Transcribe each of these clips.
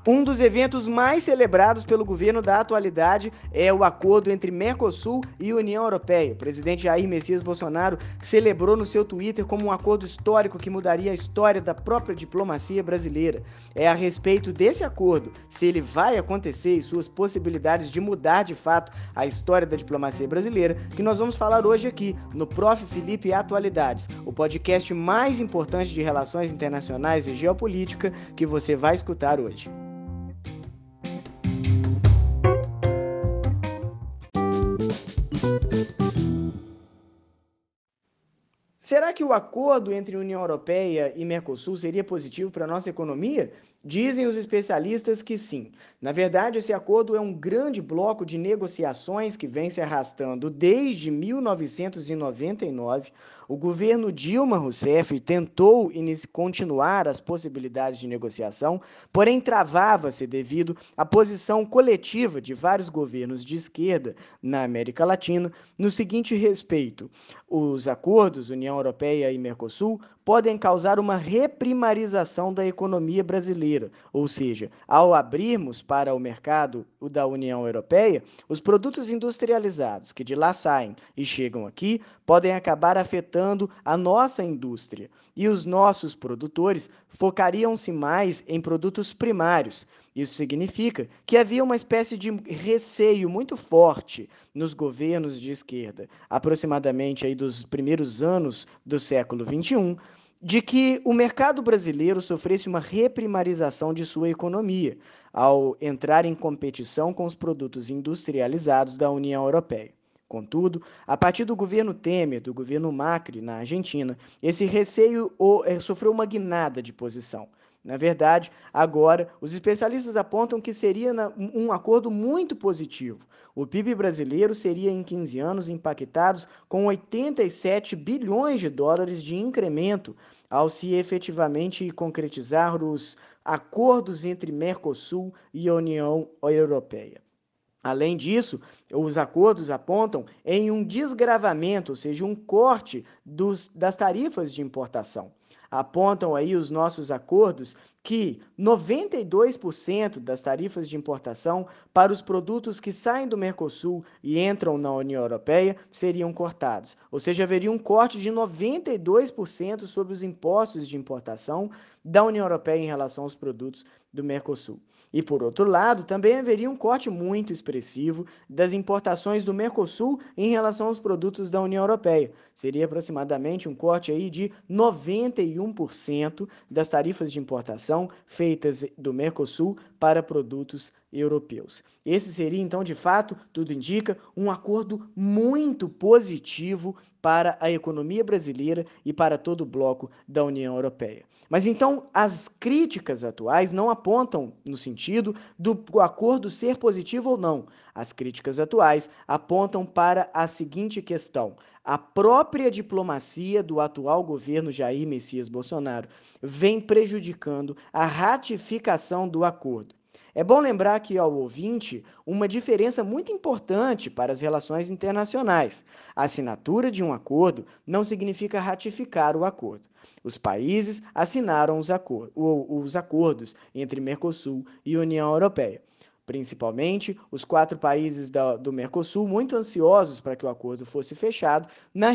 Um dos eventos mais celebrados pelo governo da atualidade é o acordo entre Mercosul e União Europeia. O presidente Jair Messias Bolsonaro celebrou no seu Twitter como um acordo histórico que mudaria a história da própria diplomacia brasileira. É a respeito desse acordo, se ele vai acontecer e suas possibilidades de mudar de fato a história da diplomacia brasileira, que nós vamos falar hoje aqui no Prof. Felipe Atualidades, o podcast mais importante de relações internacionais e geopolítica que você vai escutar hoje. Será que o acordo entre União Europeia e Mercosul seria positivo para a nossa economia? Dizem os especialistas que sim. Na verdade, esse acordo é um grande bloco de negociações que vem se arrastando desde 1999. O governo Dilma Rousseff tentou continuar as possibilidades de negociação, porém travava-se devido à posição coletiva de vários governos de esquerda na América Latina no seguinte respeito: os acordos União Europeia e Mercosul podem causar uma reprimarização da economia brasileira, ou seja, ao abrirmos para o mercado da União Europeia, os produtos industrializados que de lá saem e chegam aqui podem acabar afetando a nossa indústria e os nossos produtores focariam-se mais em produtos primários. Isso significa que havia uma espécie de receio muito forte nos governos de esquerda, aproximadamente aí dos primeiros anos do século XXI, de que o mercado brasileiro sofresse uma reprimarização de sua economia, ao entrar em competição com os produtos industrializados da União Europeia. Contudo, a partir do governo Temer, do governo Macri na Argentina, esse receio sofreu uma guinada de posição. Na verdade, agora, os especialistas apontam que seria um acordo muito positivo. O PIB brasileiro seria, em 15 anos, impactado com 87 bilhões de dólares de incremento ao se efetivamente concretizar os acordos entre Mercosul e a União Europeia. Além disso, os acordos apontam em um desgravamento, ou seja, um corte das tarifas de importação. Apontam aí os nossos acordos que 92% das tarifas de importação para os produtos que saem do Mercosul e entram na União Europeia seriam cortados. Ou seja, haveria um corte de 92% sobre os impostos de importação da União Europeia em relação aos produtos do Mercosul. E, por outro lado, também haveria um corte muito expressivo das importações do Mercosul em relação aos produtos da União Europeia. Seria aproximadamente um corte aí de 91% das tarifas de importação feitas do Mercosul para produtos europeus. Esse seria, então, de fato, tudo indica, um acordo muito positivo para a economia brasileira e para todo o bloco da União Europeia. Mas então, as críticas atuais não apontam no sentido do acordo ser positivo ou não. As críticas atuais apontam para a seguinte questão: a própria diplomacia do atual governo Jair Messias Bolsonaro vem prejudicando a ratificação do acordo. É bom lembrar aqui ao ouvinte uma diferença muito importante para as relações internacionais. A assinatura de um acordo não significa ratificar o acordo. Os países assinaram os acordos entre Mercosul e União Europeia. Principalmente os 4 países do Mercosul, muito ansiosos para que o acordo fosse fechado, na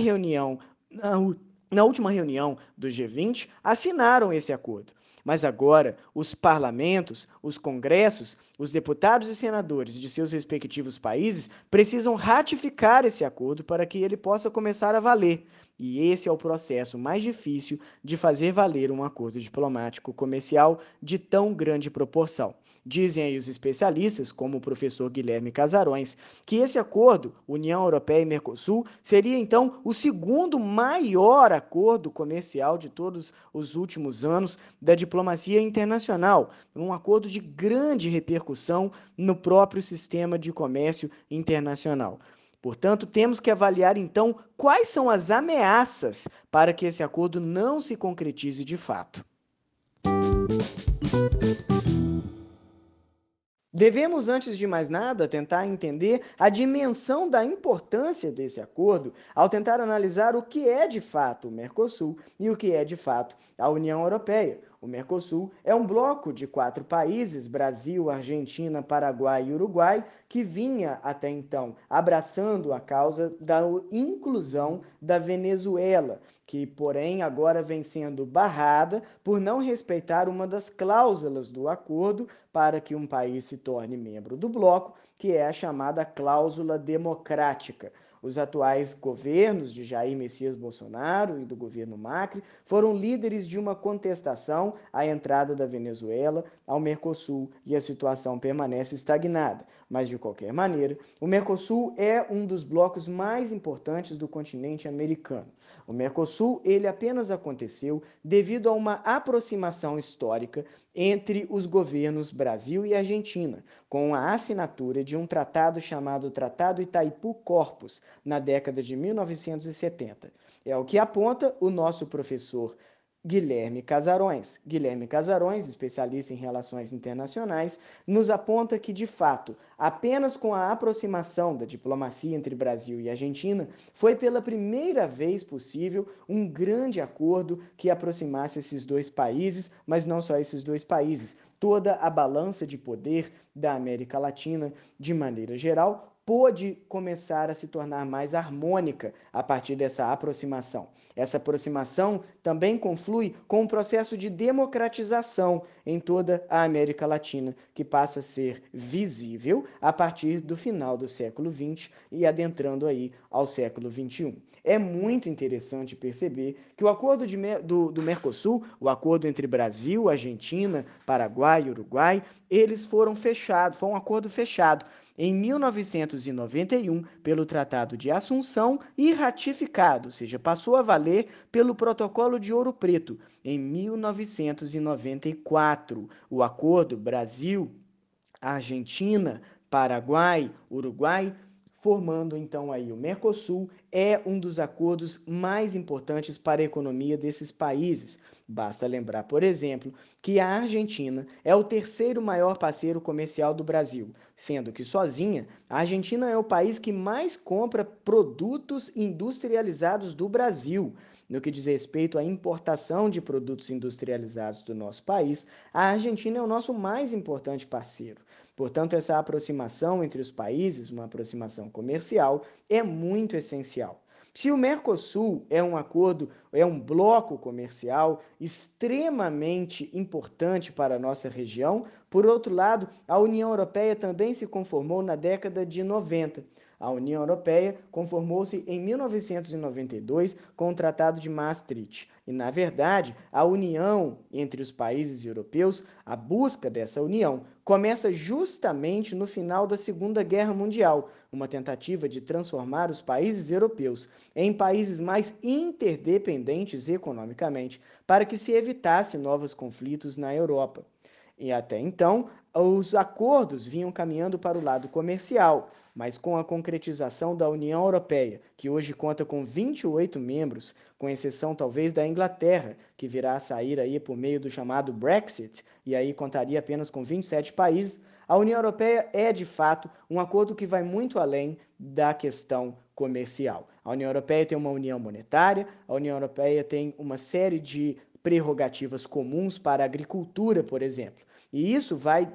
última reunião do G20, assinaram esse acordo. Mas agora, os parlamentos, os congressos, os deputados e senadores de seus respectivos países precisam ratificar esse acordo para que ele possa começar a valer. E esse é o processo mais difícil de fazer valer um acordo diplomático comercial de tão grande proporção. Dizem aí os especialistas, como o professor Guilherme Casarões, que esse acordo, União Europeia e Mercosul, seria então o segundo maior acordo comercial de todos os últimos anos da diplomacia internacional, um acordo de grande repercussão no próprio sistema de comércio internacional. Portanto, temos que avaliar então quais são as ameaças para que esse acordo não se concretize de fato. Devemos, antes de mais nada, tentar entender a dimensão da importância desse acordo ao tentar analisar o que é de fato o Mercosul e o que é de fato a União Europeia. O Mercosul é um bloco de 4 países, Brasil, Argentina, Paraguai e Uruguai, que vinha até então abraçando a causa da inclusão da Venezuela, que, porém, agora vem sendo barrada por não respeitar uma das cláusulas do acordo para que um país se torne membro do bloco, que é a chamada cláusula democrática. Os atuais governos de Jair Messias Bolsonaro e do governo Macri foram líderes de uma contestação à entrada da Venezuela ao Mercosul e a situação permanece estagnada. Mas, de qualquer maneira, o Mercosul é um dos blocos mais importantes do continente americano. O Mercosul ele apenas aconteceu devido a uma aproximação histórica entre os governos Brasil e Argentina, com a assinatura de um tratado chamado Tratado Itaipu-Corpus, na década de 1970. É o que aponta o nosso professor Guilherme Casarões. Guilherme Casarões, especialista em relações internacionais, nos aponta que, de fato, apenas com a aproximação da diplomacia entre Brasil e Argentina, foi pela primeira vez possível um grande acordo que aproximasse esses dois países, mas não só esses dois países, toda a balança de poder da América Latina, de maneira geral, pôde começar a se tornar mais harmônica a partir dessa aproximação. Essa aproximação também conflui com um processo de democratização em toda a América Latina, que passa a ser visível a partir do final do século XX e adentrando aí ao século XXI. É muito interessante perceber que o acordo do Mercosul, o acordo entre Brasil, Argentina, Paraguai e Uruguai, eles foram fechados, foi um acordo fechado em 1991 pelo Tratado de Assunção e ratificado, ou seja, passou a valer pelo Protocolo de Ouro Preto em 1994. O acordo Brasil, Argentina, Paraguai, Uruguai, formando então aí o Mercosul, é um dos acordos mais importantes para a economia desses países. Basta lembrar, por exemplo, que a Argentina é o terceiro maior parceiro comercial do Brasil, sendo que sozinha, a Argentina é o país que mais compra produtos industrializados do Brasil. No que diz respeito à importação de produtos industrializados do nosso país, a Argentina é o nosso mais importante parceiro. Portanto, essa aproximação entre os países, uma aproximação comercial, é muito essencial. Se o Mercosul é um acordo, é um bloco comercial extremamente importante para a nossa região, por outro lado, a União Europeia também se conformou na década de 90. A União Europeia conformou-se em 1992 com o Tratado de Maastricht. E, na verdade, a união entre os países europeus, a busca dessa união, começa justamente no final da Segunda Guerra Mundial, uma tentativa de transformar os países europeus em países mais interdependentes economicamente, para que se evitasse novos conflitos na Europa. E até então, os acordos vinham caminhando para o lado comercial, mas com a concretização da União Europeia, que hoje conta com 28 membros, com exceção talvez da Inglaterra, que virá a sair aí por meio do chamado Brexit, e aí contaria apenas com 27 países, a União Europeia é, de fato, um acordo que vai muito além da questão comercial. A União Europeia tem uma união monetária, a União Europeia tem uma série de prerrogativas comuns para a agricultura, por exemplo. E isso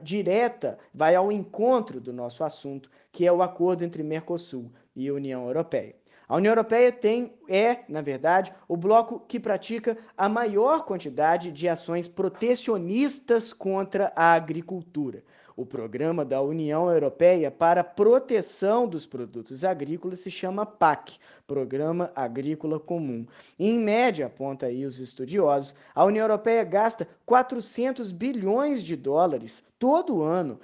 vai ao encontro do nosso assunto, que é o acordo entre Mercosul e União Europeia. A União Europeia na verdade, o bloco que pratica a maior quantidade de ações protecionistas contra a agricultura. O programa da União Europeia para a proteção dos produtos agrícolas se chama PAC, Programa Agrícola Comum. E, em média, aponta aí os estudiosos, a União Europeia gasta 400 bilhões de dólares todo ano.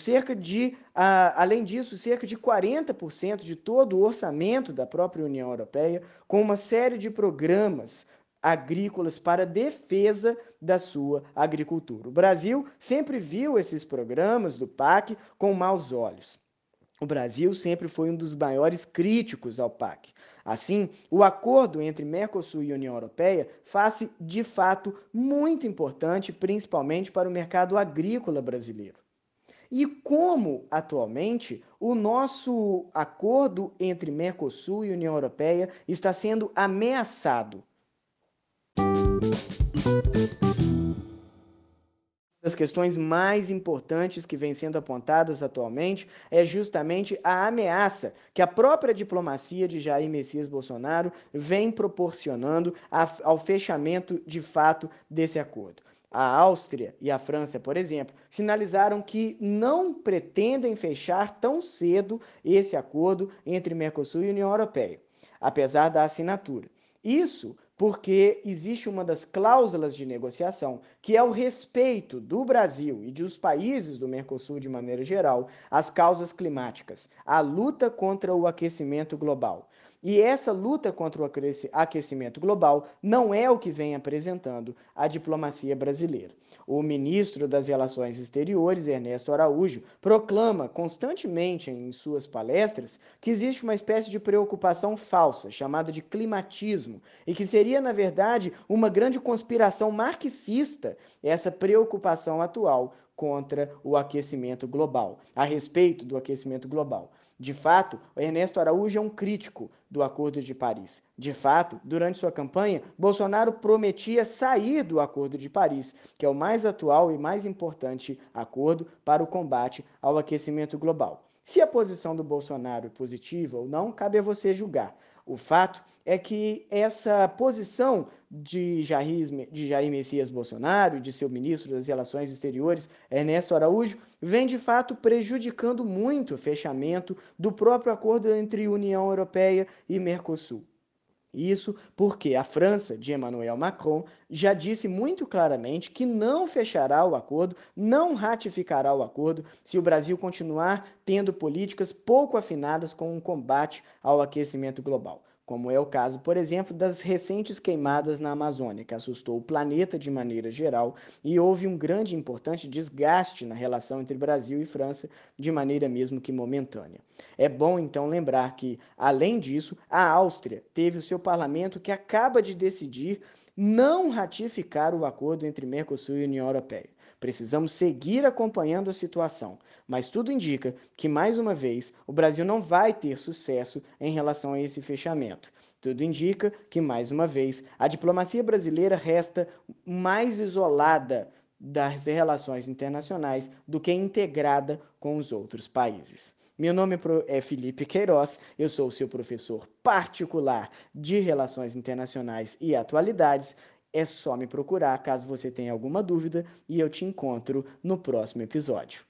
Além disso, cerca de 40% de todo o orçamento da própria União Europeia, com uma série de programas agrícolas para defesa da sua agricultura. O Brasil sempre viu esses programas do PAC com maus olhos. O Brasil sempre foi um dos maiores críticos ao PAC. Assim, o acordo entre Mercosul e União Europeia faz-se, de fato, muito importante, principalmente para o mercado agrícola brasileiro. E como, atualmente, o nosso acordo entre Mercosul e União Europeia está sendo ameaçado? das questões mais importantes que vêm sendo apontadas atualmente é justamente a ameaça que a própria diplomacia de Jair Messias Bolsonaro vem proporcionando ao fechamento de fato desse acordo. A Áustria e a França, por exemplo, sinalizaram que não pretendem fechar tão cedo esse acordo entre Mercosul e União Europeia, apesar da assinatura. Isso porque existe uma das cláusulas de negociação, que é o respeito do Brasil e dos países do Mercosul de maneira geral às causas climáticas, a luta contra o aquecimento global. E essa luta contra o aquecimento global não é o que vem apresentando a diplomacia brasileira. O ministro das Relações Exteriores, Ernesto Araújo, proclama constantemente em suas palestras que existe uma espécie de preocupação falsa, chamada de climatismo, e que seria, na verdade, uma grande conspiração marxista essa preocupação atual contra o aquecimento global, a respeito do aquecimento global. De fato, Ernesto Araújo é um crítico do Acordo de Paris. De fato, durante sua campanha, Bolsonaro prometia sair do Acordo de Paris, que é o mais atual e mais importante acordo para o combate ao aquecimento global. Se a posição do Bolsonaro é positiva ou não, cabe a você julgar. O fato é que essa posição de Jair Messias Bolsonaro e de seu ministro das Relações Exteriores, Ernesto Araújo, vem de fato prejudicando muito o fechamento do próprio acordo entre União Europeia e Mercosul. Isso porque a França, de Emmanuel Macron, já disse muito claramente que não fechará o acordo, não ratificará o acordo, se o Brasil continuar tendo políticas pouco afinadas com o combate ao aquecimento global. Como é o caso, por exemplo, das recentes queimadas na Amazônia, que assustou o planeta de maneira geral e houve um grande e importante desgaste na relação entre Brasil e França, de maneira mesmo que momentânea. É bom então lembrar que, além disso, a Áustria teve o seu parlamento que acaba de decidir não ratificar o acordo entre Mercosul e União Europeia. Precisamos seguir acompanhando a situação, mas tudo indica que, mais uma vez, o Brasil não vai ter sucesso em relação a esse fechamento. Tudo indica que, mais uma vez, a diplomacia brasileira resta mais isolada das relações internacionais do que integrada com os outros países. Meu nome é Felipe Queiroz, eu sou o seu professor particular de Relações Internacionais e Atualidades. É só me procurar caso você tenha alguma dúvida e eu te encontro no próximo episódio.